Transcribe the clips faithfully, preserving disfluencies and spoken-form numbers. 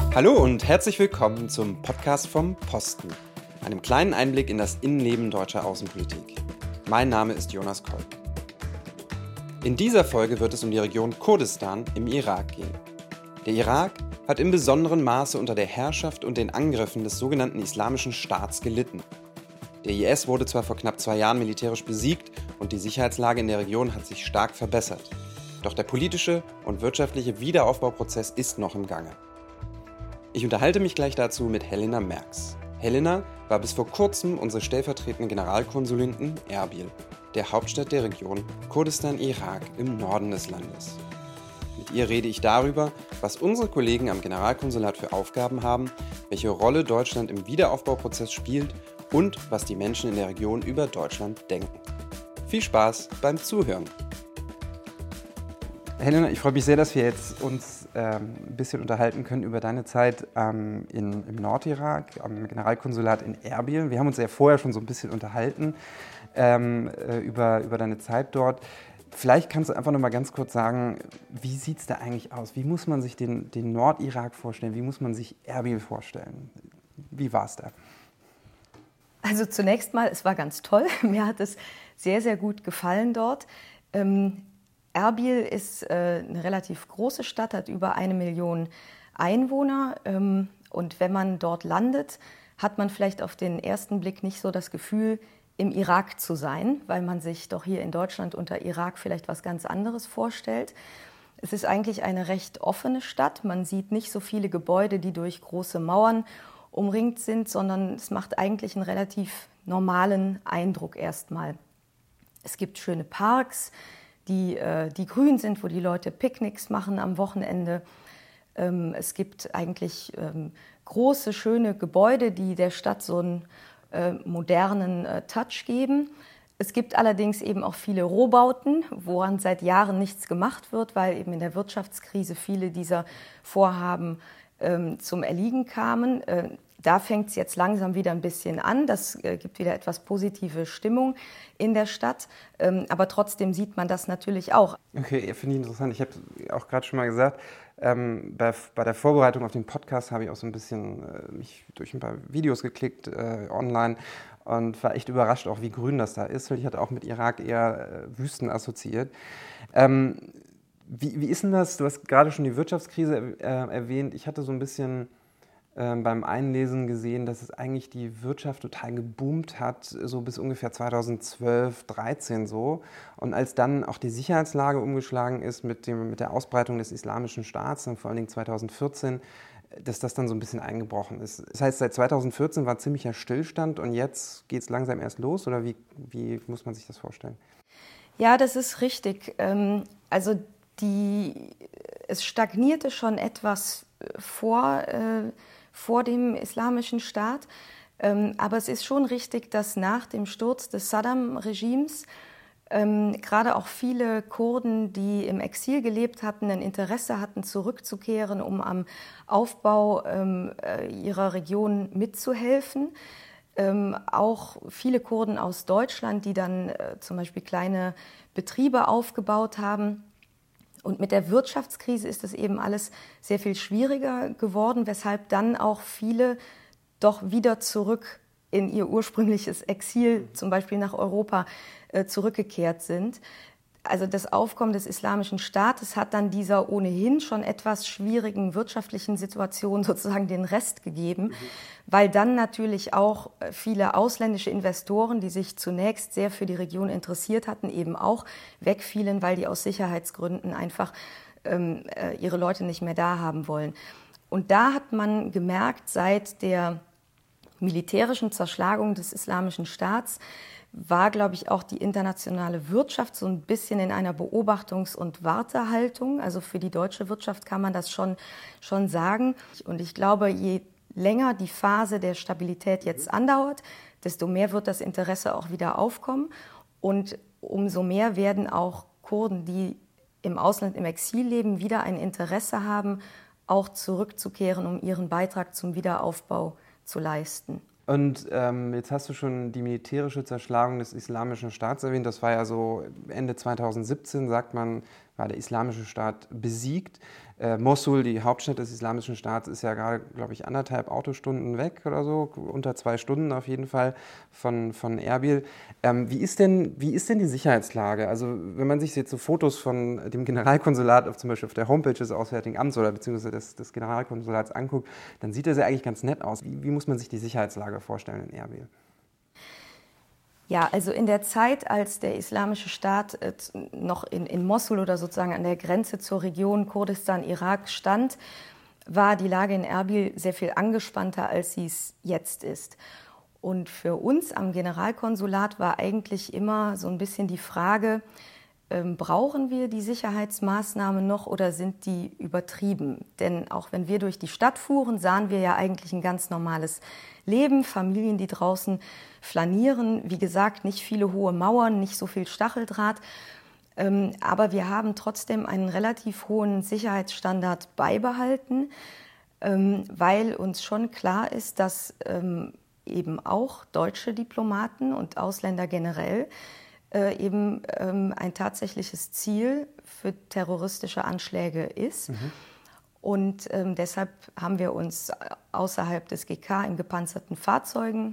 Hallo und herzlich willkommen zum Podcast vom Posten, einem kleinen Einblick in das Innenleben deutscher Außenpolitik. Mein Name ist Jonas Kolb. In dieser Folge wird es um die Region Kurdistan im Irak gehen. Der Irak hat im besonderen Maße unter der Herrschaft und den Angriffen des sogenannten Islamischen Staats gelitten. Der I S wurde zwar vor knapp zwei Jahren militärisch besiegt und die Sicherheitslage in der Region hat sich stark verbessert. Doch der politische und wirtschaftliche Wiederaufbauprozess ist noch im Gange. Ich unterhalte mich gleich dazu mit Helena Merks. Helena war bis vor kurzem unsere stellvertretende Generalkonsulin in Erbil, der Hauptstadt der Region Kurdistan-Irak im Norden des Landes. Mit ihr rede ich darüber, was unsere Kollegen am Generalkonsulat für Aufgaben haben, welche Rolle Deutschland im Wiederaufbauprozess spielt und was die Menschen in der Region über Deutschland denken. Viel Spaß beim Zuhören! Helena, ich freue mich sehr, dass wir jetzt uns ähm, ein bisschen unterhalten können über deine Zeit ähm, in, im Nordirak, am Generalkonsulat in Erbil. Wir haben uns ja vorher schon so ein bisschen unterhalten ähm, äh, über, über deine Zeit dort. Vielleicht kannst du einfach noch mal ganz kurz sagen, wie sieht es da eigentlich aus? Wie muss man sich den, den Nordirak vorstellen? Wie muss man sich Erbil vorstellen? Wie war es da? Also zunächst mal, es war ganz toll. Mir hat es sehr, sehr gut gefallen dort. Ähm, Erbil ist äh, eine relativ große Stadt, hat über eine Million Einwohner. Ähm, und wenn man dort landet, hat man vielleicht auf den ersten Blick nicht so das Gefühl, im Irak zu sein, weil man sich doch hier in Deutschland unter Irak vielleicht was ganz anderes vorstellt. Es ist eigentlich eine recht offene Stadt. Man sieht nicht so viele Gebäude, die durch große Mauern umringt sind, sondern es macht eigentlich einen relativ normalen Eindruck erstmal. Es gibt schöne Parks, die, äh, die grün sind, wo die Leute Picknicks machen am Wochenende. Ähm, es gibt eigentlich ähm, große, schöne Gebäude, die der Stadt so einen äh, modernen äh, Touch geben. Es gibt allerdings eben auch viele Rohbauten, woran seit Jahren nichts gemacht wird, weil eben in der Wirtschaftskrise viele dieser Vorhaben ähm, zum Erliegen kamen. Äh, Da fängt es jetzt langsam wieder ein bisschen an. Das äh, gibt wieder etwas positive Stimmung in der Stadt. Ähm, aber trotzdem sieht man das natürlich auch. Okay, finde ich interessant. Ich habe auch gerade schon mal gesagt, ähm, bei, bei der Vorbereitung auf den Podcast habe ich auch so ein bisschen äh, mich durch ein paar Videos geklickt äh, online und war echt überrascht, auch wie grün das da ist. Weil ich hatte auch mit Irak eher äh, Wüsten assoziiert. Ähm, wie, wie ist denn das? Du hast gerade schon die Wirtschaftskrise äh, erwähnt. Ich hatte so ein bisschen beim Einlesen gesehen, dass es eigentlich die Wirtschaft total geboomt hat, so bis ungefähr zweitausendzwölf, dreizehn so. Und als dann auch die Sicherheitslage umgeschlagen ist mit, dem, mit der Ausbreitung des Islamischen Staats, dann vor allen Dingen zweitausendvierzehn, dass das dann so ein bisschen eingebrochen ist. Das heißt, seit zweitausendvierzehn war ziemlicher Stillstand und jetzt geht es langsam erst los, oder wie, wie muss man sich das vorstellen? Ja, das ist richtig. Also die, es stagnierte schon etwas vor vor dem Islamischen Staat. Aber es ist schon richtig, dass nach dem Sturz des Saddam-Regimes ähm, gerade auch viele Kurden, die im Exil gelebt hatten, ein Interesse hatten, zurückzukehren, um am Aufbau ähm, ihrer Region mitzuhelfen. Ähm, auch viele Kurden aus Deutschland, die dann äh, zum Beispiel kleine Betriebe aufgebaut haben. Und mit der Wirtschaftskrise ist das eben alles sehr viel schwieriger geworden, weshalb dann auch viele doch wieder zurück in ihr ursprüngliches Exil, zum Beispiel nach Europa, äh, zurückgekehrt sind. Also das Aufkommen des Islamischen Staates hat dann dieser ohnehin schon etwas schwierigen wirtschaftlichen Situation sozusagen den Rest gegeben, mhm. weil dann natürlich auch viele ausländische Investoren, die sich zunächst sehr für die Region interessiert hatten, eben auch wegfielen, weil die aus Sicherheitsgründen einfach ähm, ihre Leute nicht mehr da haben wollen. Und da hat man gemerkt, seit der militärischen Zerschlagung des Islamischen Staats, war, glaube ich, auch die internationale Wirtschaft so ein bisschen in einer Beobachtungs- und Wartehaltung. Also für die deutsche Wirtschaft kann man das schon, schon sagen. Und ich glaube, je länger die Phase der Stabilität jetzt andauert, desto mehr wird das Interesse auch wieder aufkommen. Und umso mehr werden auch Kurden, die im Ausland im Exil leben, wieder ein Interesse haben, auch zurückzukehren, um ihren Beitrag zum Wiederaufbau zu leisten. Und ähm, jetzt hast du schon die militärische Zerschlagung des Islamischen Staats erwähnt. Das war ja so Ende zweitausendsiebzehn, sagt man, war der Islamische Staat besiegt. Äh, Mosul, die Hauptstadt des Islamischen Staates, ist ja gerade, glaube ich, anderthalb Autostunden weg oder so, unter zwei Stunden auf jeden Fall von, von Erbil. Ähm, wie ist denn, wie ist denn die Sicherheitslage? Also wenn man sich jetzt so Fotos von dem Generalkonsulat auf, zum Beispiel auf der Homepage des Auswärtigen Amts oder beziehungsweise des, des Generalkonsulats anguckt, dann sieht das ja eigentlich ganz nett aus. Wie, wie muss man sich die Sicherheitslage vorstellen in Erbil? Ja, also in der Zeit, als der Islamische Staat äh, noch in, in Mosul oder sozusagen an der Grenze zur Region Kurdistan-Irak stand, war die Lage in Erbil sehr viel angespannter, als sie es jetzt ist. Und für uns am Generalkonsulat war eigentlich immer so ein bisschen die Frage, ähm, brauchen wir die Sicherheitsmaßnahmen noch oder sind die übertrieben? Denn auch wenn wir durch die Stadt fuhren, sahen wir ja eigentlich ein ganz normales Leben, Familien, die draußen flanieren. Wie gesagt, nicht viele hohe Mauern, nicht so viel Stacheldraht. Ähm, aber wir haben trotzdem einen relativ hohen Sicherheitsstandard beibehalten, ähm, weil uns schon klar ist, dass ähm, eben auch deutsche Diplomaten und Ausländer generell äh, eben ähm, ein tatsächliches Ziel für terroristische Anschläge ist. Mhm. Und ähm, deshalb haben wir uns außerhalb des G K in gepanzerten Fahrzeugen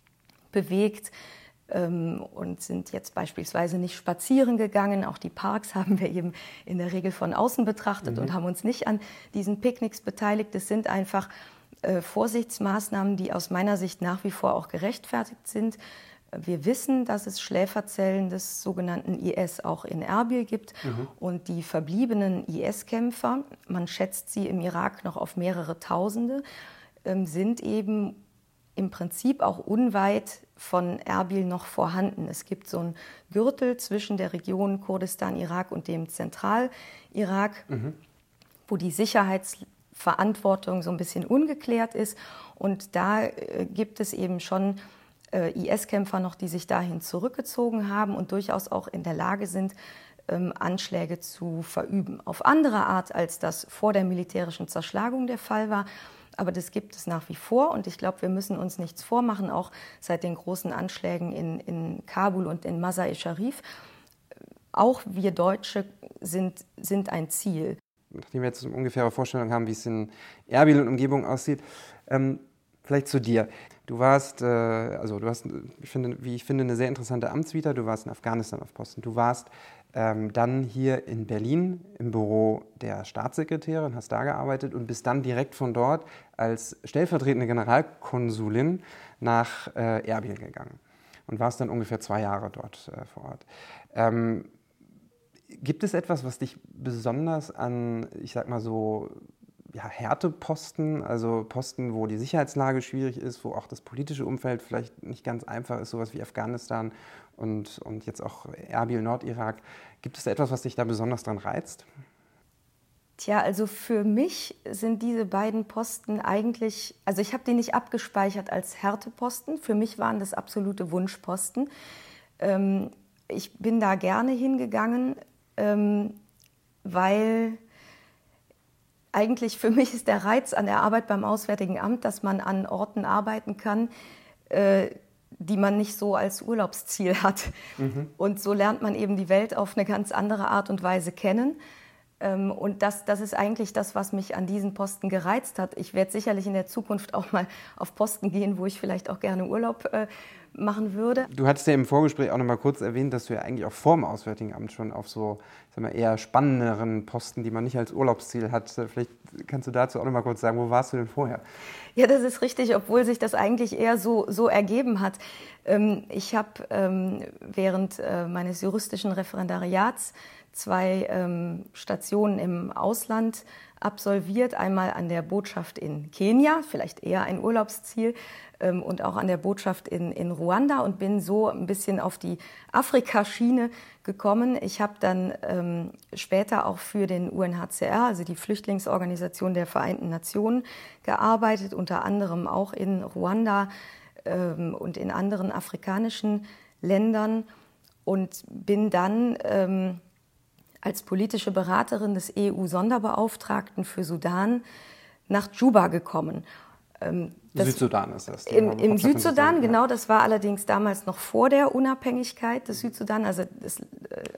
bewegt ähm, und sind jetzt beispielsweise nicht spazieren gegangen. Auch die Parks haben wir eben in der Regel von außen betrachtet mhm. und haben uns nicht an diesen Picknicks beteiligt. Es sind einfach äh, Vorsichtsmaßnahmen, die aus meiner Sicht nach wie vor auch gerechtfertigt sind. Wir wissen, dass es Schläferzellen des sogenannten I S auch in Erbil gibt. Mhm. Und die verbliebenen I S-Kämpfer, man schätzt sie im Irak noch auf mehrere Tausende, ähm, sind eben im Prinzip auch unweit von Erbil noch vorhanden. Es gibt so einen Gürtel zwischen der Region Kurdistan, Irak und dem Zentralirak, mhm. wo die Sicherheitsverantwortung so ein bisschen ungeklärt ist. Und da äh, gibt es eben schon I S-Kämpfer noch, die sich dahin zurückgezogen haben und durchaus auch in der Lage sind, ähm, Anschläge zu verüben. Auf andere Art, als das vor der militärischen Zerschlagung der Fall war. Aber das gibt es nach wie vor und ich glaube, wir müssen uns nichts vormachen, auch seit den großen Anschlägen in, in Kabul und in Mazar-e-Sharif. Auch wir Deutsche sind, sind ein Ziel. Nachdem wir jetzt eine ungefähre Vorstellung haben, wie es in Erbil und Umgebung aussieht, ähm vielleicht zu dir. Du warst, äh, also du hast, ich finde, wie ich finde, eine sehr interessante Amtsvita. Du warst in Afghanistan auf Posten. Du warst ähm, dann hier in Berlin im Büro der Staatssekretärin, hast da gearbeitet und bist dann direkt von dort als stellvertretende Generalkonsulin nach äh, Erbil gegangen und warst dann ungefähr zwei Jahre dort äh, vor Ort. Ähm, gibt es etwas, was dich besonders an, ich sag mal so, ja, Härteposten, also Posten, wo die Sicherheitslage schwierig ist, wo auch das politische Umfeld vielleicht nicht ganz einfach ist, sowas wie Afghanistan und, und jetzt auch Erbil, Nordirak. Gibt es da etwas, was dich da besonders dran reizt? Tja, also für mich sind diese beiden Posten eigentlich, also ich habe die nicht abgespeichert als Härteposten, für mich waren das absolute Wunschposten. Ähm, ich bin da gerne hingegangen, ähm, weil eigentlich für mich ist der Reiz an der Arbeit beim Auswärtigen Amt, dass man an Orten arbeiten kann, äh, die man nicht so als Urlaubsziel hat. Mhm. Und so lernt man eben die Welt auf eine ganz andere Art und Weise kennen. Ähm, und das, das ist eigentlich das, was mich an diesen Posten gereizt hat. Ich werde sicherlich in der Zukunft auch mal auf Posten gehen, wo ich vielleicht auch gerne Urlaub äh, machen würde. Du hattest ja im Vorgespräch auch noch mal kurz erwähnt, dass du ja eigentlich auch vor dem Auswärtigen Amt schon auf so, sag mal, eher spannenderen Posten, die man nicht als Urlaubsziel hat. Vielleicht kannst du dazu auch noch mal kurz sagen, wo warst du denn vorher? Ja, das ist richtig, obwohl sich das eigentlich eher so, so ergeben hat. Ich habe während meines juristischen Referendariats zwei Stationen im Ausland absolviert, einmal an der Botschaft in Kenia, vielleicht eher ein Urlaubsziel, und auch an der Botschaft in, in Ruanda und bin so ein bisschen auf die Afrika-Schiene gekommen. Ich habe dann ähm, später auch für den U N H C R, also die Flüchtlingsorganisation der Vereinten Nationen, gearbeitet, unter anderem auch in Ruanda ähm, und in anderen afrikanischen Ländern und bin dann ähm, als politische Beraterin des E U-Sonderbeauftragten für Sudan nach Juba gekommen. Das, Südsudan ist das. Im, im Südsudan, genau, das war allerdings damals noch vor der Unabhängigkeit des Südsudan. Also das,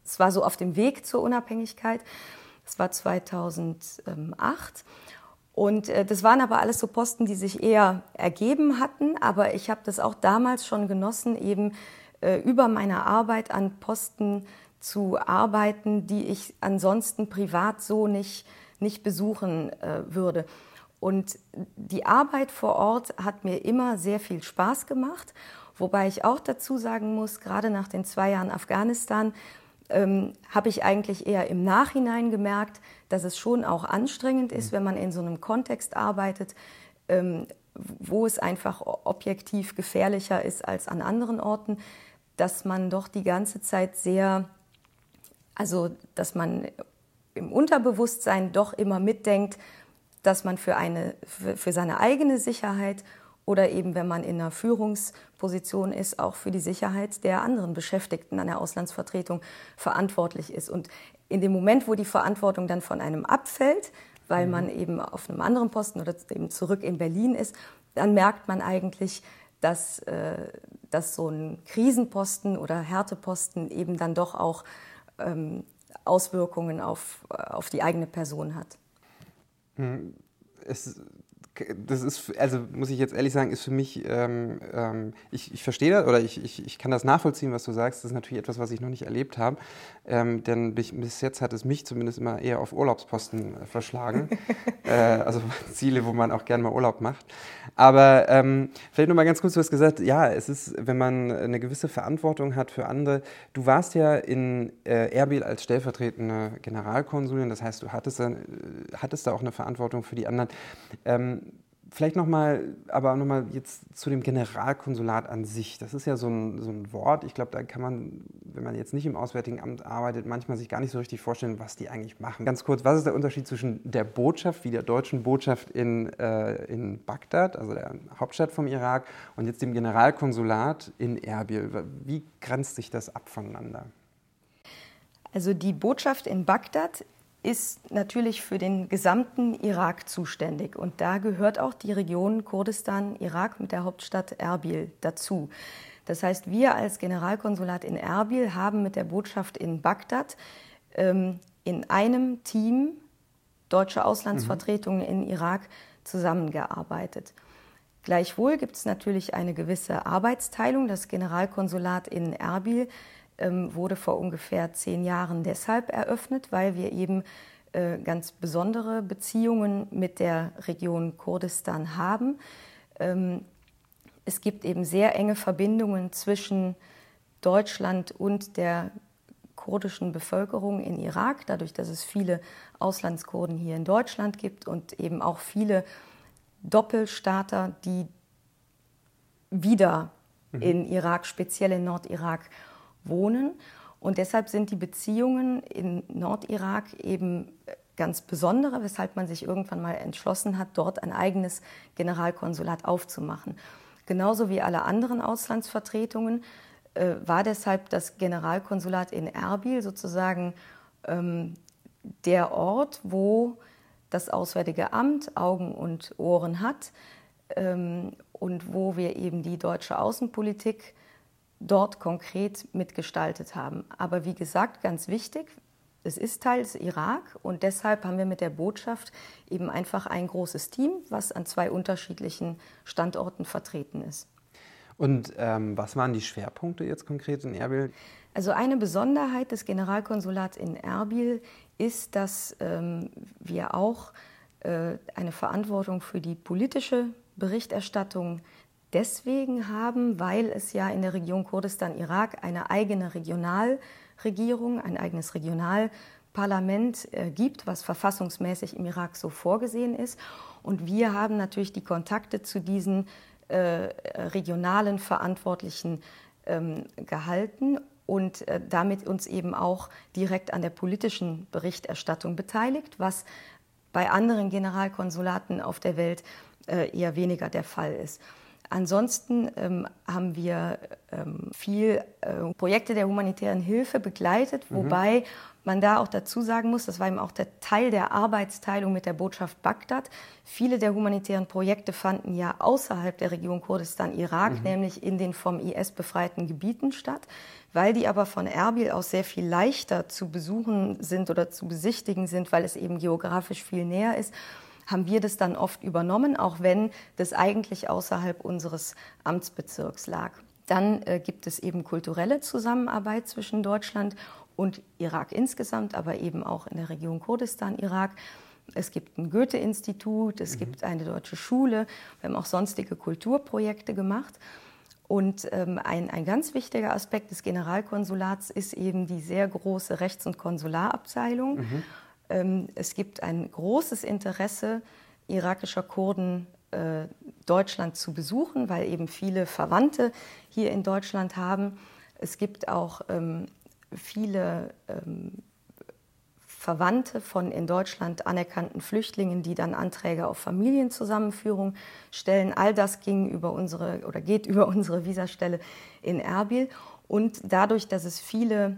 es war so auf dem Weg zur Unabhängigkeit. Das war zweitausendacht. Und äh, das waren aber alles so Posten, die sich eher ergeben hatten. Aber ich habe das auch damals schon genossen, eben äh, über meine Arbeit an Posten zu arbeiten, die ich ansonsten privat so nicht, nicht besuchen äh, würde. Und die Arbeit vor Ort hat mir immer sehr viel Spaß gemacht, wobei ich auch dazu sagen muss, gerade nach den zwei Jahren Afghanistan ähm, habe ich eigentlich eher im Nachhinein gemerkt, dass es schon auch anstrengend ist, wenn man in so einem Kontext arbeitet, ähm, wo es einfach objektiv gefährlicher ist als an anderen Orten, dass man doch die ganze Zeit sehr, also dass man im Unterbewusstsein doch immer mitdenkt, dass man für, eine, für, für seine eigene Sicherheit oder eben, wenn man in einer Führungsposition ist, auch für die Sicherheit der anderen Beschäftigten an der Auslandsvertretung verantwortlich ist. Und in dem Moment, wo die Verantwortung dann von einem abfällt, weil mhm. man eben auf einem anderen Posten oder eben zurück in Berlin ist, dann merkt man eigentlich, dass, äh, dass so ein Krisenposten oder Härteposten eben dann doch auch ähm, Auswirkungen auf, auf die eigene Person hat. Es, das ist, also muss ich jetzt ehrlich sagen, ist für mich, ähm, ähm, ich, ich verstehe das oder ich, ich, ich kann das nachvollziehen, was du sagst. Das ist natürlich etwas, was ich noch nicht erlebt habe, ähm, denn bis, bis jetzt hat es mich zumindest immer eher auf Urlaubsposten äh, verschlagen, äh, also Ziele, wo man auch gerne mal Urlaub macht. Aber ähm, vielleicht noch mal ganz kurz, du hast gesagt, ja, es ist, wenn man eine gewisse Verantwortung hat für andere. Du warst ja in äh, Erbil als stellvertretende Generalkonsulin, das heißt, du hattest, äh, hattest da auch eine Verantwortung für die anderen. Ähm, Vielleicht nochmal, aber nochmal jetzt zu dem Generalkonsulat an sich. Das ist ja so ein, so ein Wort. Ich glaube, da kann man, wenn man jetzt nicht im Auswärtigen Amt arbeitet, manchmal sich gar nicht so richtig vorstellen, was die eigentlich machen. Ganz kurz, was ist der Unterschied zwischen der Botschaft, wie der deutschen Botschaft in, äh, in Bagdad, also der Hauptstadt vom Irak, und jetzt dem Generalkonsulat in Erbil? Wie grenzt sich das ab voneinander? Also die Botschaft in Bagdad ist natürlich für den gesamten Irak zuständig. Und da gehört auch die Region Kurdistan, Irak mit der Hauptstadt Erbil dazu. Das heißt, wir als Generalkonsulat in Erbil haben mit der Botschaft in Bagdad ähm, in einem Team deutsche Auslandsvertretungen mhm. in Irak zusammengearbeitet. Gleichwohl gibt es natürlich eine gewisse Arbeitsteilung. Das Generalkonsulat in Erbil wurde vor ungefähr zehn Jahren deshalb eröffnet, weil wir eben äh, ganz besondere Beziehungen mit der Region Kurdistan haben. Ähm, es gibt eben sehr enge Verbindungen zwischen Deutschland und der kurdischen Bevölkerung in Irak, dadurch, dass es viele Auslandskurden hier in Deutschland gibt und eben auch viele Doppelstaater, die wieder mhm. in Irak, speziell in Nordirak, wohnen. Und deshalb sind die Beziehungen in Nordirak eben ganz besondere, weshalb man sich irgendwann mal entschlossen hat, dort ein eigenes Generalkonsulat aufzumachen. Genauso wie alle anderen Auslandsvertretungen äh, war deshalb das Generalkonsulat in Erbil sozusagen ähm, der Ort, wo das Auswärtige Amt Augen und Ohren hat ähm, und wo wir eben die deutsche Außenpolitik dort konkret mitgestaltet haben. Aber wie gesagt, ganz wichtig, es ist Teil des Irak und deshalb haben wir mit der Botschaft eben einfach ein großes Team, was an zwei unterschiedlichen Standorten vertreten ist. Und ähm, was waren die Schwerpunkte jetzt konkret in Erbil? Also eine Besonderheit des Generalkonsulats in Erbil ist, dass ähm, wir auch äh, eine Verantwortung für die politische Berichterstattung deswegen haben, weil es ja in der Region Kurdistan-Irak eine eigene Regionalregierung, ein eigenes Regionalparlament äh, gibt, was verfassungsmäßig im Irak so vorgesehen ist. Und wir haben natürlich die Kontakte zu diesen äh, regionalen Verantwortlichen ähm, gehalten und äh, damit uns eben auch direkt an der politischen Berichterstattung beteiligt, was bei anderen Generalkonsulaten auf der Welt äh, eher weniger der Fall ist. Ansonsten ähm, haben wir ähm, viel äh, Projekte der humanitären Hilfe begleitet, mhm. wobei man da auch dazu sagen muss, das war eben auch der Teil der Arbeitsteilung mit der Botschaft Bagdad. Viele der humanitären Projekte fanden ja außerhalb der Region Kurdistan-Irak, mhm. nämlich in den vom I S befreiten Gebieten statt. Weil die aber von Erbil aus sehr viel leichter zu besuchen sind oder zu besichtigen sind, weil es eben geografisch viel näher ist, haben wir das dann oft übernommen, auch wenn das eigentlich außerhalb unseres Amtsbezirks lag. Dann äh, gibt es eben kulturelle Zusammenarbeit zwischen Deutschland und Irak insgesamt, aber eben auch in der Region Kurdistan-Irak. Es gibt ein Goethe-Institut, es mhm. gibt eine deutsche Schule, wir haben auch sonstige Kulturprojekte gemacht. Und ähm, ein, ein ganz wichtiger Aspekt des Generalkonsulats ist eben die sehr große Rechts- und Konsularabteilung. Mhm. Ähm, es gibt ein großes Interesse irakischer Kurden, äh, Deutschland zu besuchen, weil eben viele Verwandte hier in Deutschland haben. Es gibt auch ähm, viele ähm, Verwandte von in Deutschland anerkannten Flüchtlingen, die dann Anträge auf Familienzusammenführung stellen. All das ging über unsere oder geht über unsere Visastelle in Erbil. Und dadurch, dass es viele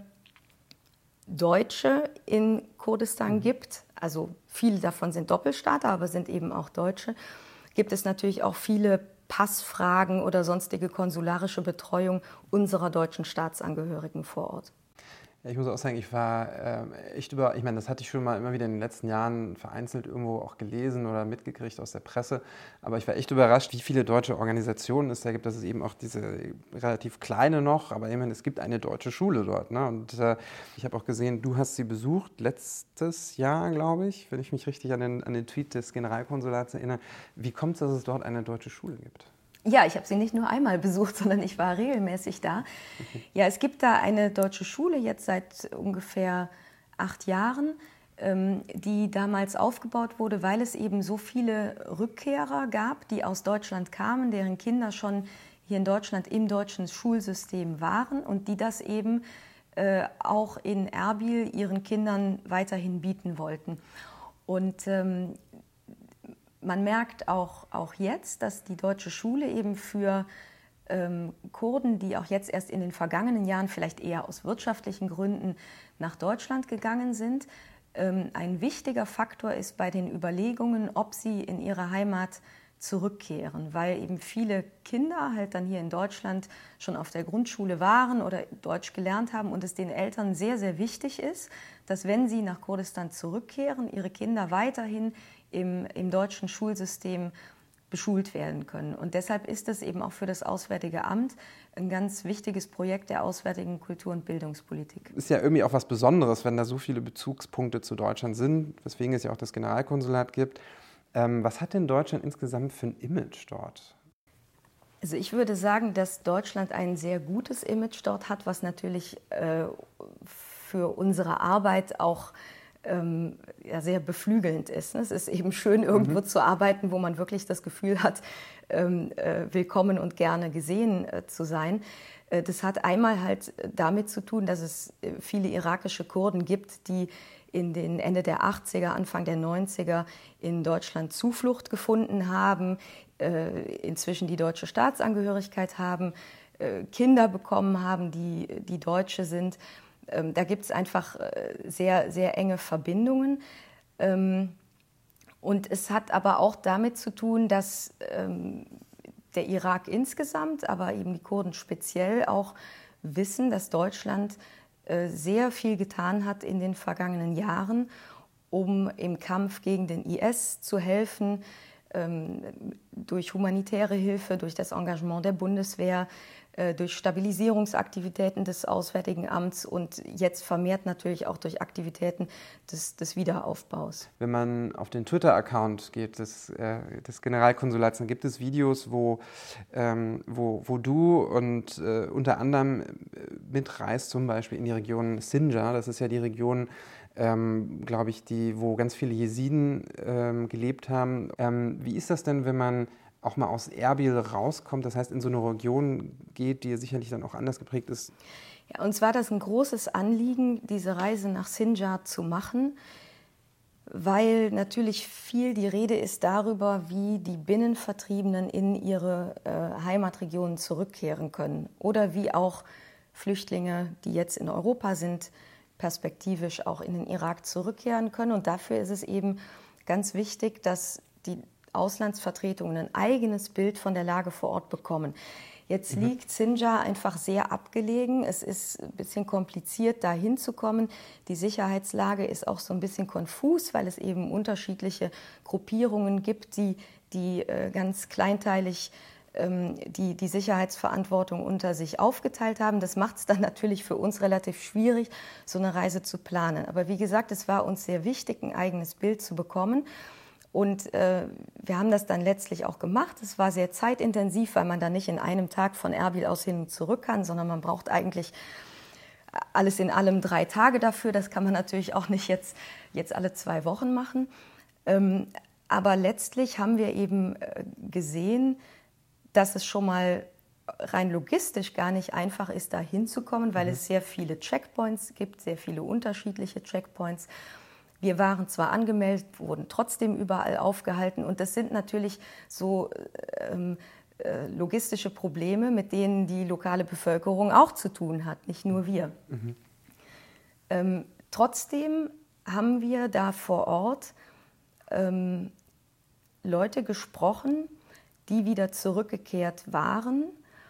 Deutsche in Kurdistan gibt, also viele davon sind Doppelstaater, aber sind eben auch Deutsche, gibt es natürlich auch viele Passfragen oder sonstige konsularische Betreuung unserer deutschen Staatsangehörigen vor Ort. Ja, ich muss auch sagen, ich war äh, echt über, ich meine, das hatte ich schon mal immer wieder in den letzten Jahren vereinzelt irgendwo auch gelesen oder mitgekriegt aus der Presse, aber ich war echt überrascht, wie viele deutsche Organisationen es da gibt. Das ist eben auch diese relativ kleine noch, aber immerhin, es gibt eine deutsche Schule dort. Ne? Und äh, ich habe auch gesehen, du hast sie besucht, letztes Jahr, glaube ich, wenn ich mich richtig an den, an den Tweet des Generalkonsulats erinnere. Wie kommt es, dass es dort eine deutsche Schule gibt? Ja, ich habe sie nicht nur einmal besucht, sondern ich war regelmäßig da. Ja, es gibt da eine deutsche Schule, jetzt seit ungefähr acht Jahren, die damals aufgebaut wurde, weil es eben so viele Rückkehrer gab, die aus Deutschland kamen, deren Kinder schon hier in Deutschland im deutschen Schulsystem waren und die das eben auch in Erbil ihren Kindern weiterhin bieten wollten. Und ähm, man merkt auch, auch jetzt, dass die deutsche Schule eben für ähm, Kurden, die auch jetzt erst in den vergangenen Jahren vielleicht eher aus wirtschaftlichen Gründen nach Deutschland gegangen sind, ähm, ein wichtiger Faktor ist bei den Überlegungen, ob sie in ihre Heimat zurückkehren, weil eben viele Kinder halt dann hier in Deutschland schon auf der Grundschule waren oder Deutsch gelernt haben und es den Eltern sehr, sehr wichtig ist, dass wenn sie nach Kurdistan zurückkehren, ihre Kinder weiterhin im, im deutschen Schulsystem beschult werden können. Und deshalb ist es eben auch für das Auswärtige Amt ein ganz wichtiges Projekt der auswärtigen Kultur- und Bildungspolitik. Ist ja irgendwie auch was Besonderes, wenn da so viele Bezugspunkte zu Deutschland sind, weswegen es ja auch das Generalkonsulat gibt. Ähm, was hat denn Deutschland insgesamt für ein Image dort? Also ich würde sagen, dass Deutschland ein sehr gutes Image dort hat, was natürlich äh, für unsere Arbeit auch ähm, ja, sehr beflügelnd ist. Es ist eben schön, irgendwo mhm. zu arbeiten, wo man wirklich das Gefühl hat, ähm, äh, willkommen und gerne gesehen äh, zu sein. Äh, das hat einmal halt damit zu tun, dass es viele irakische Kurden gibt, die in den Ende der achtziger, Anfang der neunziger in Deutschland Zuflucht gefunden haben, äh, inzwischen die deutsche Staatsangehörigkeit haben, äh, Kinder bekommen haben, die, die Deutsche sind. Ähm, da gibt es einfach äh, sehr, sehr enge Verbindungen. Ähm, und es hat aber auch damit zu tun, dass ähm, der Irak insgesamt, aber eben die Kurden speziell auch wissen, dass Deutschland sehr viel getan hat in den vergangenen Jahren, um im Kampf gegen den I S zu helfen, ähm, durch humanitäre Hilfe, durch das Engagement der Bundeswehr, äh, durch Stabilisierungsaktivitäten des Auswärtigen Amts und jetzt vermehrt natürlich auch durch Aktivitäten des, des Wiederaufbaus. Wenn man auf den Twitter-Account geht des, äh, des Generalkonsulats, dann gibt es Videos, wo, ähm, wo, wo du und äh, unter anderem mitreist, zum Beispiel in die Region Sinjar. Das ist ja die Region, ähm, glaube ich, die, wo ganz viele Jesiden ähm, gelebt haben. Ähm, wie ist das denn, wenn man auch mal aus Erbil rauskommt, das heißt in so eine Region geht, die sicherlich dann auch anders geprägt ist? Ja, uns war das ein großes Anliegen, diese Reise nach Sinjar zu machen, weil natürlich viel die Rede ist darüber, wie die Binnenvertriebenen in ihre äh, Heimatregionen zurückkehren können oder wie auch Flüchtlinge, die jetzt in Europa sind, perspektivisch auch in den Irak zurückkehren können. Und dafür ist es eben ganz wichtig, dass die Auslandsvertretungen ein eigenes Bild von der Lage vor Ort bekommen. Jetzt mhm. liegt Sinjar einfach sehr abgelegen. Es ist ein bisschen kompliziert, da hinzukommen. Die Sicherheitslage ist auch so ein bisschen konfus, weil es eben unterschiedliche Gruppierungen gibt, die, die äh, ganz kleinteilig ähm, die, die Sicherheitsverantwortung unter sich aufgeteilt haben. Das macht es dann natürlich für uns relativ schwierig, so eine Reise zu planen. Aber wie gesagt, es war uns sehr wichtig, ein eigenes Bild zu bekommen. Und äh, wir haben das dann letztlich auch gemacht. Es war sehr zeitintensiv, weil man da nicht in einem Tag von Erbil aus hin und zurück kann, sondern man braucht eigentlich alles in allem drei Tage dafür. Das kann man natürlich auch nicht jetzt, jetzt alle zwei Wochen machen. Ähm, aber letztlich haben wir eben äh, gesehen, dass es schon mal rein logistisch gar nicht einfach ist, da hinzukommen, weil mhm. es sehr viele Checkpoints gibt, sehr viele unterschiedliche Checkpoints. Wir waren zwar angemeldet, wurden trotzdem überall aufgehalten und das sind natürlich so ähm, äh, logistische Probleme, mit denen die lokale Bevölkerung auch zu tun hat, nicht nur wir. Mhm. Ähm, trotzdem haben wir da vor Ort ähm, Leute gesprochen, die wieder zurückgekehrt waren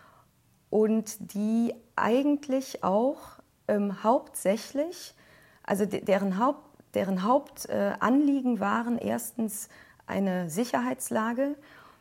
und die eigentlich auch ähm, hauptsächlich, also de- deren Haupt Deren Hauptanliegen waren erstens eine Sicherheitslage,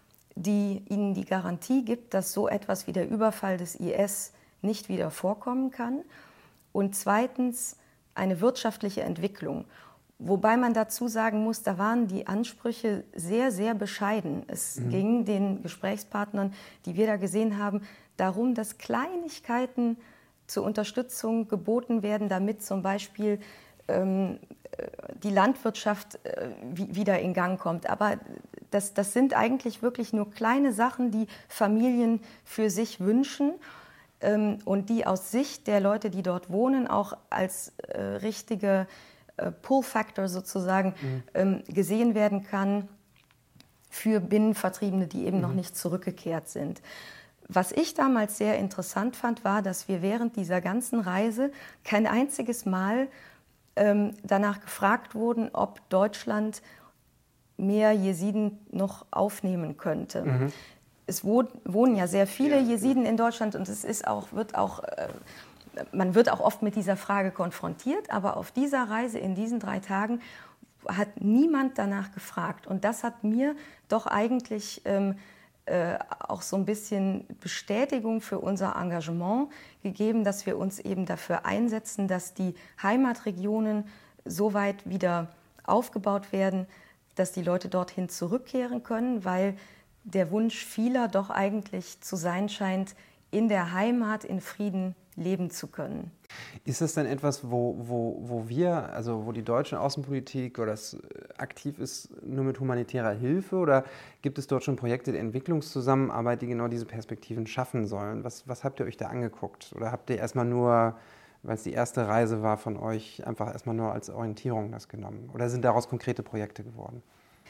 die ihnen die Garantie gibt, dass so etwas wie der Überfall des I S nicht wieder vorkommen kann. Und zweitens eine wirtschaftliche Entwicklung. Wobei man dazu sagen muss, da waren die Ansprüche sehr, sehr bescheiden. Es mhm. ging den Gesprächspartnern, die wir da gesehen haben, darum, dass Kleinigkeiten zur Unterstützung geboten werden, damit zum Beispiel ähm, die Landwirtschaft äh, wieder in Gang kommt. Aber das, das sind eigentlich wirklich nur kleine Sachen, die Familien für sich wünschen ähm, und die aus Sicht der Leute, die dort wohnen, auch als äh, richtige äh, Pull-Factor sozusagen mhm. ähm, gesehen werden kann für Binnenvertriebene, die eben mhm. noch nicht zurückgekehrt sind. Was ich damals sehr interessant fand, war, dass wir während dieser ganzen Reise kein einziges Mal danach gefragt wurden, ob Deutschland mehr Jesiden noch aufnehmen könnte. Mhm. Es wohnen ja sehr viele Jesiden in Deutschland und es ist auch, wird auch, man wird auch oft mit dieser Frage konfrontiert, aber auf dieser Reise in diesen drei Tagen hat niemand danach gefragt. Und das hat mir doch eigentlich ähm, äh, auch so ein bisschen Bestätigung für unser Engagement gegeben, dass wir uns eben dafür einsetzen, dass die Heimatregionen so weit wieder aufgebaut werden, dass die Leute dorthin zurückkehren können, weil der Wunsch vieler doch eigentlich zu sein scheint, in der Heimat in Frieden leben zu können. Ist das denn etwas, wo, wo, wo wir, also wo die deutsche Außenpolitik oder das aktiv ist, nur mit humanitärer Hilfe, oder gibt es dort schon Projekte der Entwicklungszusammenarbeit, die genau diese Perspektiven schaffen sollen? Was, was habt ihr euch da angeguckt? Oder habt ihr erstmal nur, weil es die erste Reise war von euch, einfach erstmal nur als Orientierung das genommen? Oder sind daraus konkrete Projekte geworden?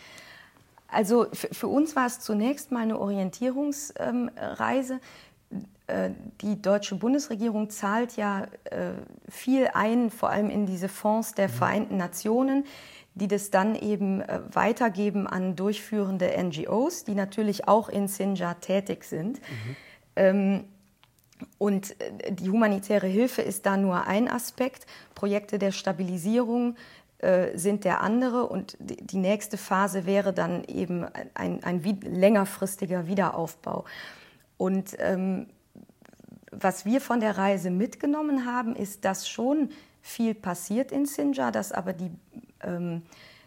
Also für, für uns war es zunächst mal eine Orientierungsreise. Die deutsche Bundesregierung zahlt ja viel ein, vor allem in diese Fonds der Vereinten Nationen, die das dann eben weitergeben an durchführende N G Os, die natürlich auch in Sinjar tätig sind. Mhm. Und die humanitäre Hilfe ist da nur ein Aspekt. Projekte der Stabilisierung sind der andere und die nächste Phase wäre dann eben ein, ein längerfristiger Wiederaufbau. Und ähm, was wir von der Reise mitgenommen haben, ist, dass schon viel passiert in Sinjar, dass aber die, ähm,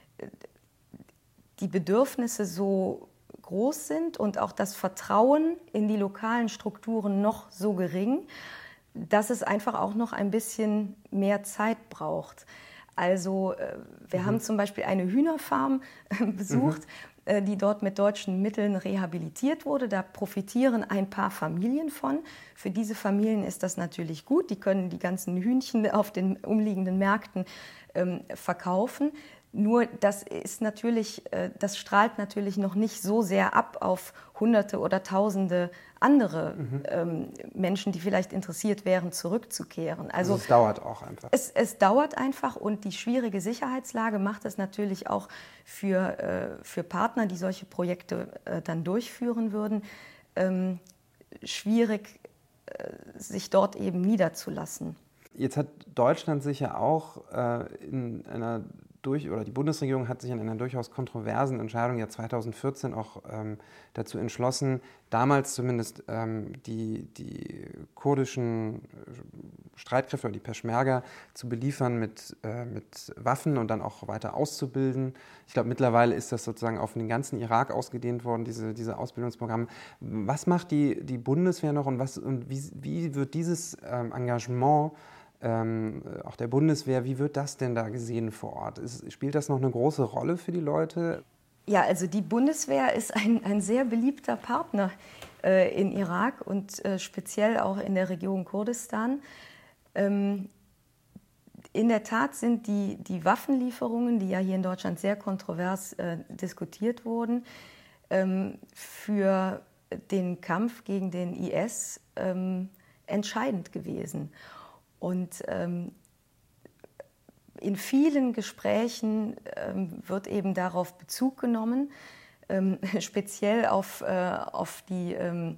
die Bedürfnisse so groß sind und auch das Vertrauen in die lokalen Strukturen noch so gering, dass es einfach auch noch ein bisschen mehr Zeit braucht. Also wir mhm. haben zum Beispiel eine Hühnerfarm besucht, mhm. die dort mit deutschen Mitteln rehabilitiert wurde. Da profitieren ein paar Familien von. Für diese Familien ist das natürlich gut. Die können die ganzen Hühnchen auf den umliegenden Märkten ähm, verkaufen. Nur das ist natürlich, das strahlt natürlich noch nicht so sehr ab auf Hunderte oder Tausende andere mhm. ähm, Menschen, die vielleicht interessiert wären, zurückzukehren. Also, also es dauert auch einfach. Es, es dauert einfach und die schwierige Sicherheitslage macht es natürlich auch für, äh, für Partner, die solche Projekte äh, dann durchführen würden, ähm, schwierig, äh, sich dort eben niederzulassen. Jetzt hat Deutschland sich ja auch äh, in einer durch, oder die Bundesregierung hat sich in einer durchaus kontroversen Entscheidung ja zweitausendvierzehn auch ähm, dazu entschlossen, damals zumindest ähm, die, die kurdischen Streitkräfte oder die Peschmerga zu beliefern mit, äh, mit Waffen und dann auch weiter auszubilden. Ich glaube, mittlerweile ist das sozusagen auf den ganzen Irak ausgedehnt worden, diese, diese Ausbildungsprogramme. Was macht die, die Bundeswehr noch und, was, und wie, wie wird dieses ähm, Engagement Ähm, auch der Bundeswehr, wie wird das denn da gesehen vor Ort? Ist, spielt das noch eine große Rolle für die Leute? Ja, also die Bundeswehr ist ein, ein sehr beliebter Partner äh, in Irak und äh, speziell auch in der Region Kurdistan. Ähm, in der Tat sind die, die Waffenlieferungen, die ja hier in Deutschland sehr kontrovers äh, diskutiert wurden, ähm, für den Kampf gegen den I S ähm, entscheidend gewesen. Und ähm, in vielen Gesprächen ähm, wird eben darauf Bezug genommen, ähm, speziell auf, äh, auf die ähm,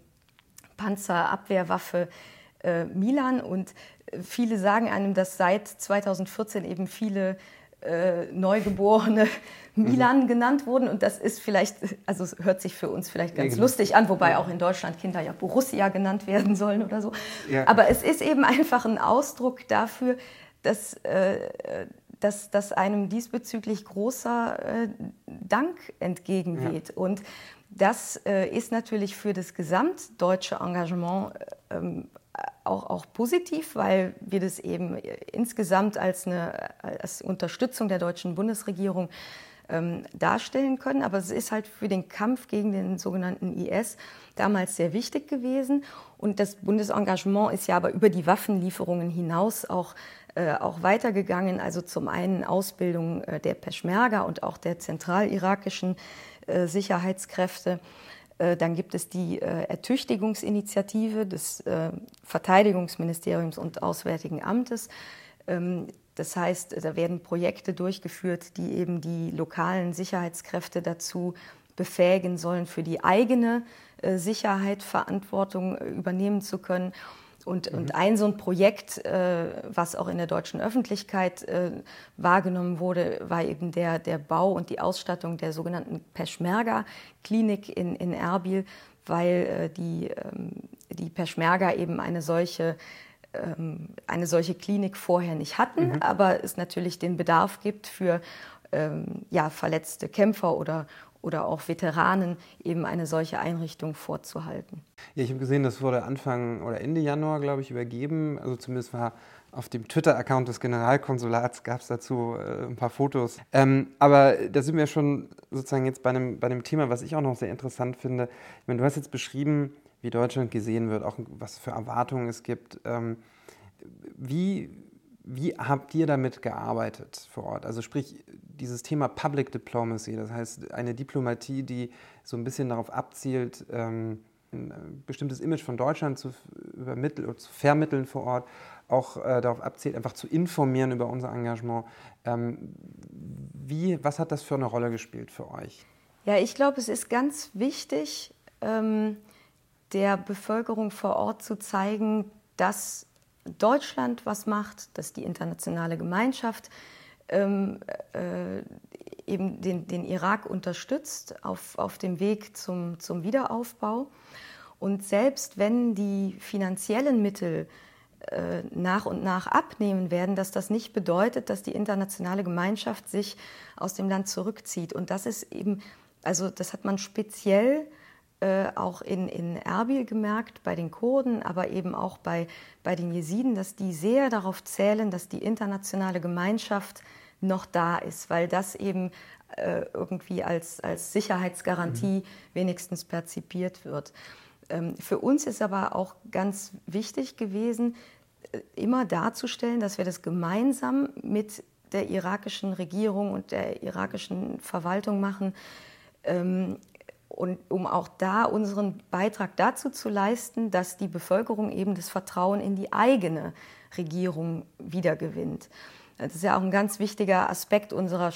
Panzerabwehrwaffe äh, Milan. Und viele sagen einem, dass seit zweitausendvierzehn eben viele äh, Neugeborene Milan mhm. genannt wurden. Und das ist vielleicht, also es hört sich für uns vielleicht ganz ja, genau. lustig an, wobei ja. auch in Deutschland Kinder ja Borussia genannt werden sollen oder so. Ja. Aber es ist eben einfach ein Ausdruck dafür, dass, äh, dass, dass einem diesbezüglich großer äh, Dank entgegenweht. Ja. Und das äh, ist natürlich für das gesamtdeutsche Engagement ähm, Auch, auch positiv, weil wir das eben insgesamt als eine als Unterstützung der deutschen Bundesregierung ähm, darstellen können. Aber es ist halt für den Kampf gegen den sogenannten I S damals sehr wichtig gewesen. Und das Bundesengagement ist ja aber über die Waffenlieferungen hinaus auch, äh, auch weitergegangen. Also zum einen Ausbildung äh, der Peschmerga und auch der zentralirakischen äh, Sicherheitskräfte. Dann gibt es die äh, Ertüchtigungsinitiative des äh, Verteidigungsministeriums und Auswärtigen Amtes. Ähm, das heißt, da werden Projekte durchgeführt, die eben die lokalen Sicherheitskräfte dazu befähigen sollen, für die eigene äh, Sicherheit Verantwortung äh, übernehmen zu können. Und, mhm. und ein so ein Projekt, äh, was auch in der deutschen Öffentlichkeit äh, wahrgenommen wurde, war eben der, der Bau und die Ausstattung der sogenannten Peschmerga-Klinik in, in Erbil, weil äh, die, ähm, die Peschmerga eben eine solche, ähm, eine solche Klinik vorher nicht hatten, mhm. aber es natürlich den Bedarf gibt für ähm, ja, verletzte Kämpfer oder oder auch Veteranen eben eine solche Einrichtung vorzuhalten. Ja, ich habe gesehen, das wurde Anfang oder Ende Januar, glaube ich, übergeben. Also zumindest war auf dem Twitter-Account des Generalkonsulats gab es dazu äh, ein paar Fotos. Ähm, aber da sind wir schon sozusagen jetzt bei einem, bei einem Thema, was ich auch noch sehr interessant finde. Ich meine, du hast jetzt beschrieben, wie Deutschland gesehen wird, auch was für Erwartungen es gibt. Ähm, wie Wie habt ihr damit gearbeitet vor Ort? Also sprich, dieses Thema Public Diplomacy, das heißt eine Diplomatie, die so ein bisschen darauf abzielt, ein bestimmtes Image von Deutschland zu übermitteln oder zu vermitteln vor Ort, auch darauf abzielt, einfach zu informieren über unser Engagement. Wie, was hat das für eine Rolle gespielt für euch? Ja, ich glaube, es ist ganz wichtig, der Bevölkerung vor Ort zu zeigen, dass Deutschland was macht, dass die internationale Gemeinschaft ähm, äh, eben den, den Irak unterstützt auf, auf dem Weg zum, zum Wiederaufbau. Und selbst wenn die finanziellen Mittel äh, nach und nach abnehmen werden, dass das nicht bedeutet, dass die internationale Gemeinschaft sich aus dem Land zurückzieht. Und das ist eben, also das hat man speziell auch in, in Erbil gemerkt, bei den Kurden, aber eben auch bei, bei den Jesiden, dass die sehr darauf zählen, dass die internationale Gemeinschaft noch da ist, weil das eben äh, irgendwie als, als Sicherheitsgarantie mhm. wenigstens perzipiert wird. Ähm, für uns ist aber auch ganz wichtig gewesen, immer darzustellen, dass wir das gemeinsam mit der irakischen Regierung und der irakischen Verwaltung machen, ähm, und um auch da unseren Beitrag dazu zu leisten, dass die Bevölkerung eben das Vertrauen in die eigene Regierung wiedergewinnt. Das ist ja auch ein ganz wichtiger Aspekt unserer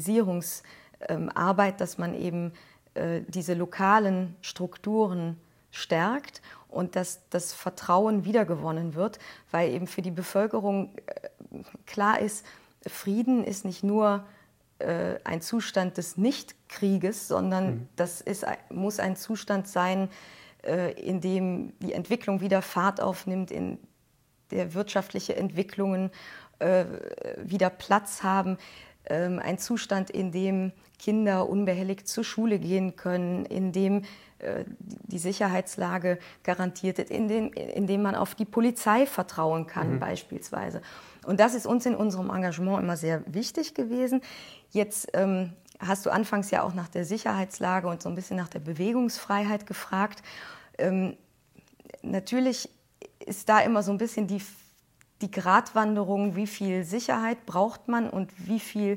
Stabilisierungsarbeit, dass man eben äh, diese lokalen Strukturen stärkt und dass das Vertrauen wiedergewonnen wird, weil eben für die Bevölkerung äh, klar ist, Frieden ist nicht nur äh, ein Zustand des Nichtkrieges, sondern mhm. das ist, muss ein Zustand sein, äh, in dem die Entwicklung wieder Fahrt aufnimmt, in der wirtschaftliche Entwicklungen äh, wieder Platz haben, ähm, ein Zustand, in dem Kinder unbehelligt zur Schule gehen können, in dem äh, die Sicherheitslage garantiert wird, in, den, in dem man auf die Polizei vertrauen kann, mhm. beispielsweise. Und das ist uns in unserem Engagement immer sehr wichtig gewesen. Jetzt ähm, hast du anfangs ja auch nach der Sicherheitslage und so ein bisschen nach der Bewegungsfreiheit gefragt. Ähm, natürlich ist da immer so ein bisschen die, die Gratwanderung, wie viel Sicherheit braucht man und wie viel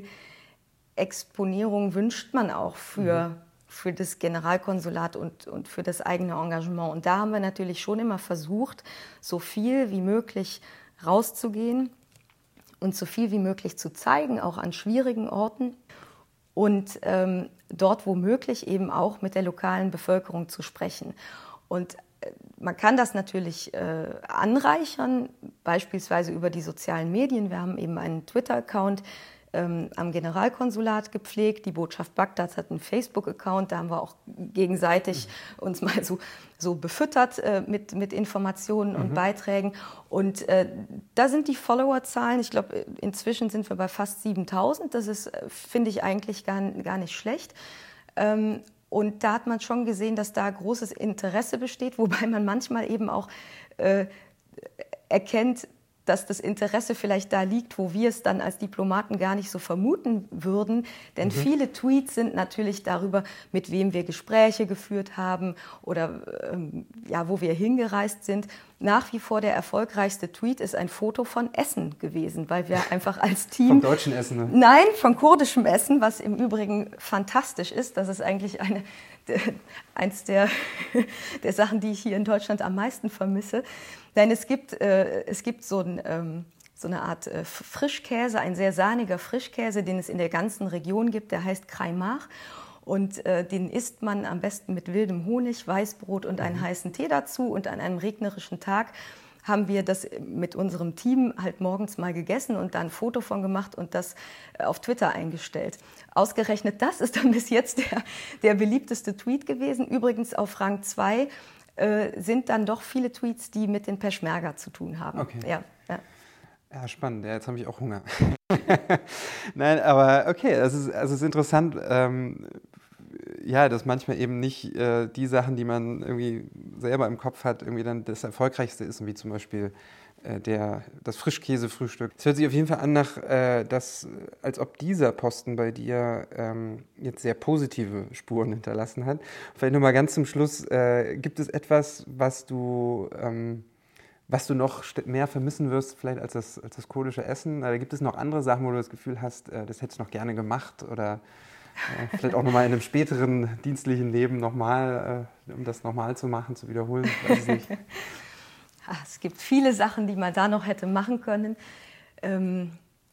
Exponierung wünscht man auch für, mhm. für das Generalkonsulat und, und für das eigene Engagement. Und da haben wir natürlich schon immer versucht, so viel wie möglich rauszugehen und so viel wie möglich zu zeigen, auch an schwierigen Orten. Und ähm, dort womöglich eben auch mit der lokalen Bevölkerung zu sprechen. Und äh, man kann das natürlich äh, anreichern, beispielsweise über die sozialen Medien. Wir haben eben einen Twitter-Account ähm, am Generalkonsulat gepflegt. Die Botschaft Bagdad hat einen Facebook-Account. Da haben wir auch gegenseitig mhm. uns mal so, so befüttert äh, mit, mit Informationen mhm. und Beiträgen. Und äh, da sind die Followerzahlen, ich glaube, inzwischen sind wir bei fast siebentausend. Das ist, finde ich, eigentlich gar, gar nicht schlecht. Ähm, und da hat man schon gesehen, dass da großes Interesse besteht, wobei man manchmal eben auch äh, erkennt, dass das Interesse vielleicht da liegt, wo wir es dann als Diplomaten gar nicht so vermuten würden. Denn mhm. viele Tweets sind natürlich darüber, mit wem wir Gespräche geführt haben oder ähm, ja, wo wir hingereist sind. Nach wie vor der erfolgreichste Tweet ist ein Foto von Essen gewesen, weil wir einfach als Team... Vom deutschen Essen, ne? Nein, von kurdischem Essen, was im Übrigen fantastisch ist. Das ist eigentlich eine, eins der, der Sachen, die ich hier in Deutschland am meisten vermisse. Nein, es gibt, äh, es gibt so, ein, ähm, so eine Art äh, Frischkäse, ein sehr sahniger Frischkäse, den es in der ganzen Region gibt, der heißt Kraimach. Und äh, den isst man am besten mit wildem Honig, Weißbrot und einen heißen Tee dazu. Und an einem regnerischen Tag haben wir das mit unserem Team halt morgens mal gegessen und da ein Foto von gemacht und das auf Twitter eingestellt. Ausgerechnet das ist dann bis jetzt der, der beliebteste Tweet gewesen. Übrigens auf Rang zwei äh, sind dann doch viele Tweets, die mit den Peschmerga zu tun haben. Okay. Ja, ja. Ja, spannend. Ja, jetzt habe ich auch Hunger. Nein, aber okay, es ist, also es ist interessant, ähm, ja, dass manchmal eben nicht äh, die Sachen, die man irgendwie selber im Kopf hat, irgendwie dann das Erfolgreichste ist, wie zum Beispiel äh, der, das Frischkäsefrühstück. Es hört sich auf jeden Fall an, nach, äh, dass, als ob dieser Posten bei dir ähm, jetzt sehr positive Spuren hinterlassen hat. Vielleicht nochmal ganz zum Schluss, äh, gibt es etwas, was du... Ähm, was du noch mehr vermissen wirst, vielleicht als das, als das kurdische Essen? Oder gibt es noch andere Sachen, wo du das Gefühl hast, das hättest du noch gerne gemacht? Oder äh, vielleicht auch nochmal in einem späteren dienstlichen Leben nochmal, äh, um das nochmal zu machen, zu wiederholen? Weiß ich nicht. Es gibt viele Sachen, die man da noch hätte machen können. Ähm,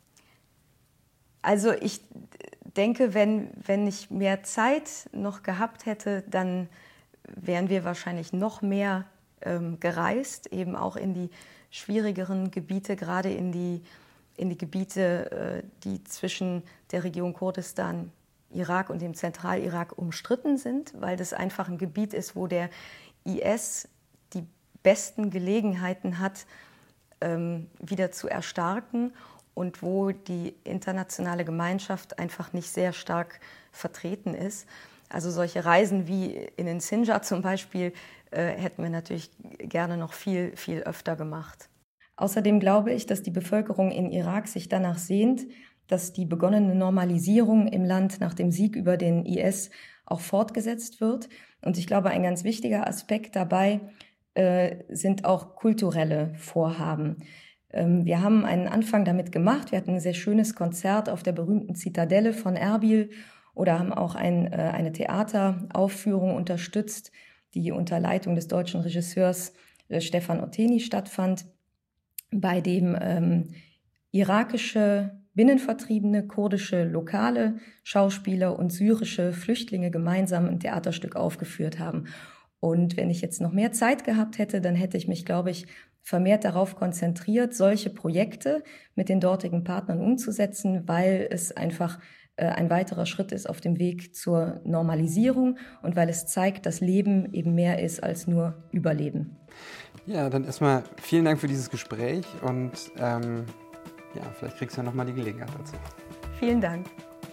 also ich denke, wenn, wenn ich mehr Zeit noch gehabt hätte, dann wären wir wahrscheinlich noch mehr gereist, eben auch in die schwierigeren Gebiete, gerade in die, in die Gebiete, die zwischen der Region Kurdistan, Irak und dem Zentralirak umstritten sind, weil das einfach ein Gebiet ist, wo der I S die besten Gelegenheiten hat, wieder zu erstarken und wo die internationale Gemeinschaft einfach nicht sehr stark vertreten ist. Also solche Reisen wie in den Sinjar zum Beispiel äh, hätten wir natürlich gerne noch viel, viel öfter gemacht. Außerdem glaube ich, dass die Bevölkerung in Irak sich danach sehnt, dass die begonnene Normalisierung im Land nach dem Sieg über den I S auch fortgesetzt wird. Und ich glaube, ein ganz wichtiger Aspekt dabei äh, sind auch kulturelle Vorhaben. Ähm, wir haben einen Anfang damit gemacht. Wir hatten ein sehr schönes Konzert auf der berühmten Zitadelle von Erbil oder haben auch ein, äh, eine Theateraufführung unterstützt, die unter Leitung des deutschen Regisseurs äh, Stefan Otteni stattfand, bei dem ähm, irakische binnenvertriebene, kurdische lokale Schauspieler und syrische Flüchtlinge gemeinsam ein Theaterstück aufgeführt haben. Und wenn ich jetzt noch mehr Zeit gehabt hätte, dann hätte ich mich, glaube ich, vermehrt darauf konzentriert, solche Projekte mit den dortigen Partnern umzusetzen, weil es einfach äh, ein weiterer Schritt ist auf dem Weg zur Normalisierung und weil es zeigt, dass Leben eben mehr ist als nur Überleben. Ja, dann erstmal vielen Dank für dieses Gespräch und ähm ja, vielleicht kriegst du ja nochmal die Gelegenheit dazu. Vielen Dank.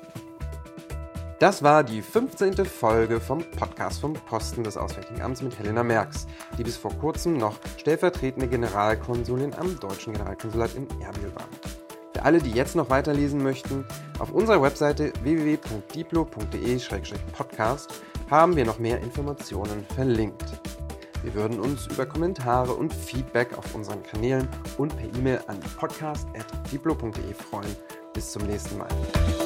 Das war die fünfzehnte Folge vom Podcast vom Posten des Auswärtigen Amts mit Helena Merx, die bis vor kurzem noch stellvertretende Generalkonsulin am Deutschen Generalkonsulat in Erbil war. Für alle, die jetzt noch weiterlesen möchten, auf unserer Webseite w w w punkt diplo punkt de slash podcast haben wir noch mehr Informationen verlinkt. Wir würden uns über Kommentare und Feedback auf unseren Kanälen und per E-Mail an podcast at diplo punkt de freuen. Bis zum nächsten Mal.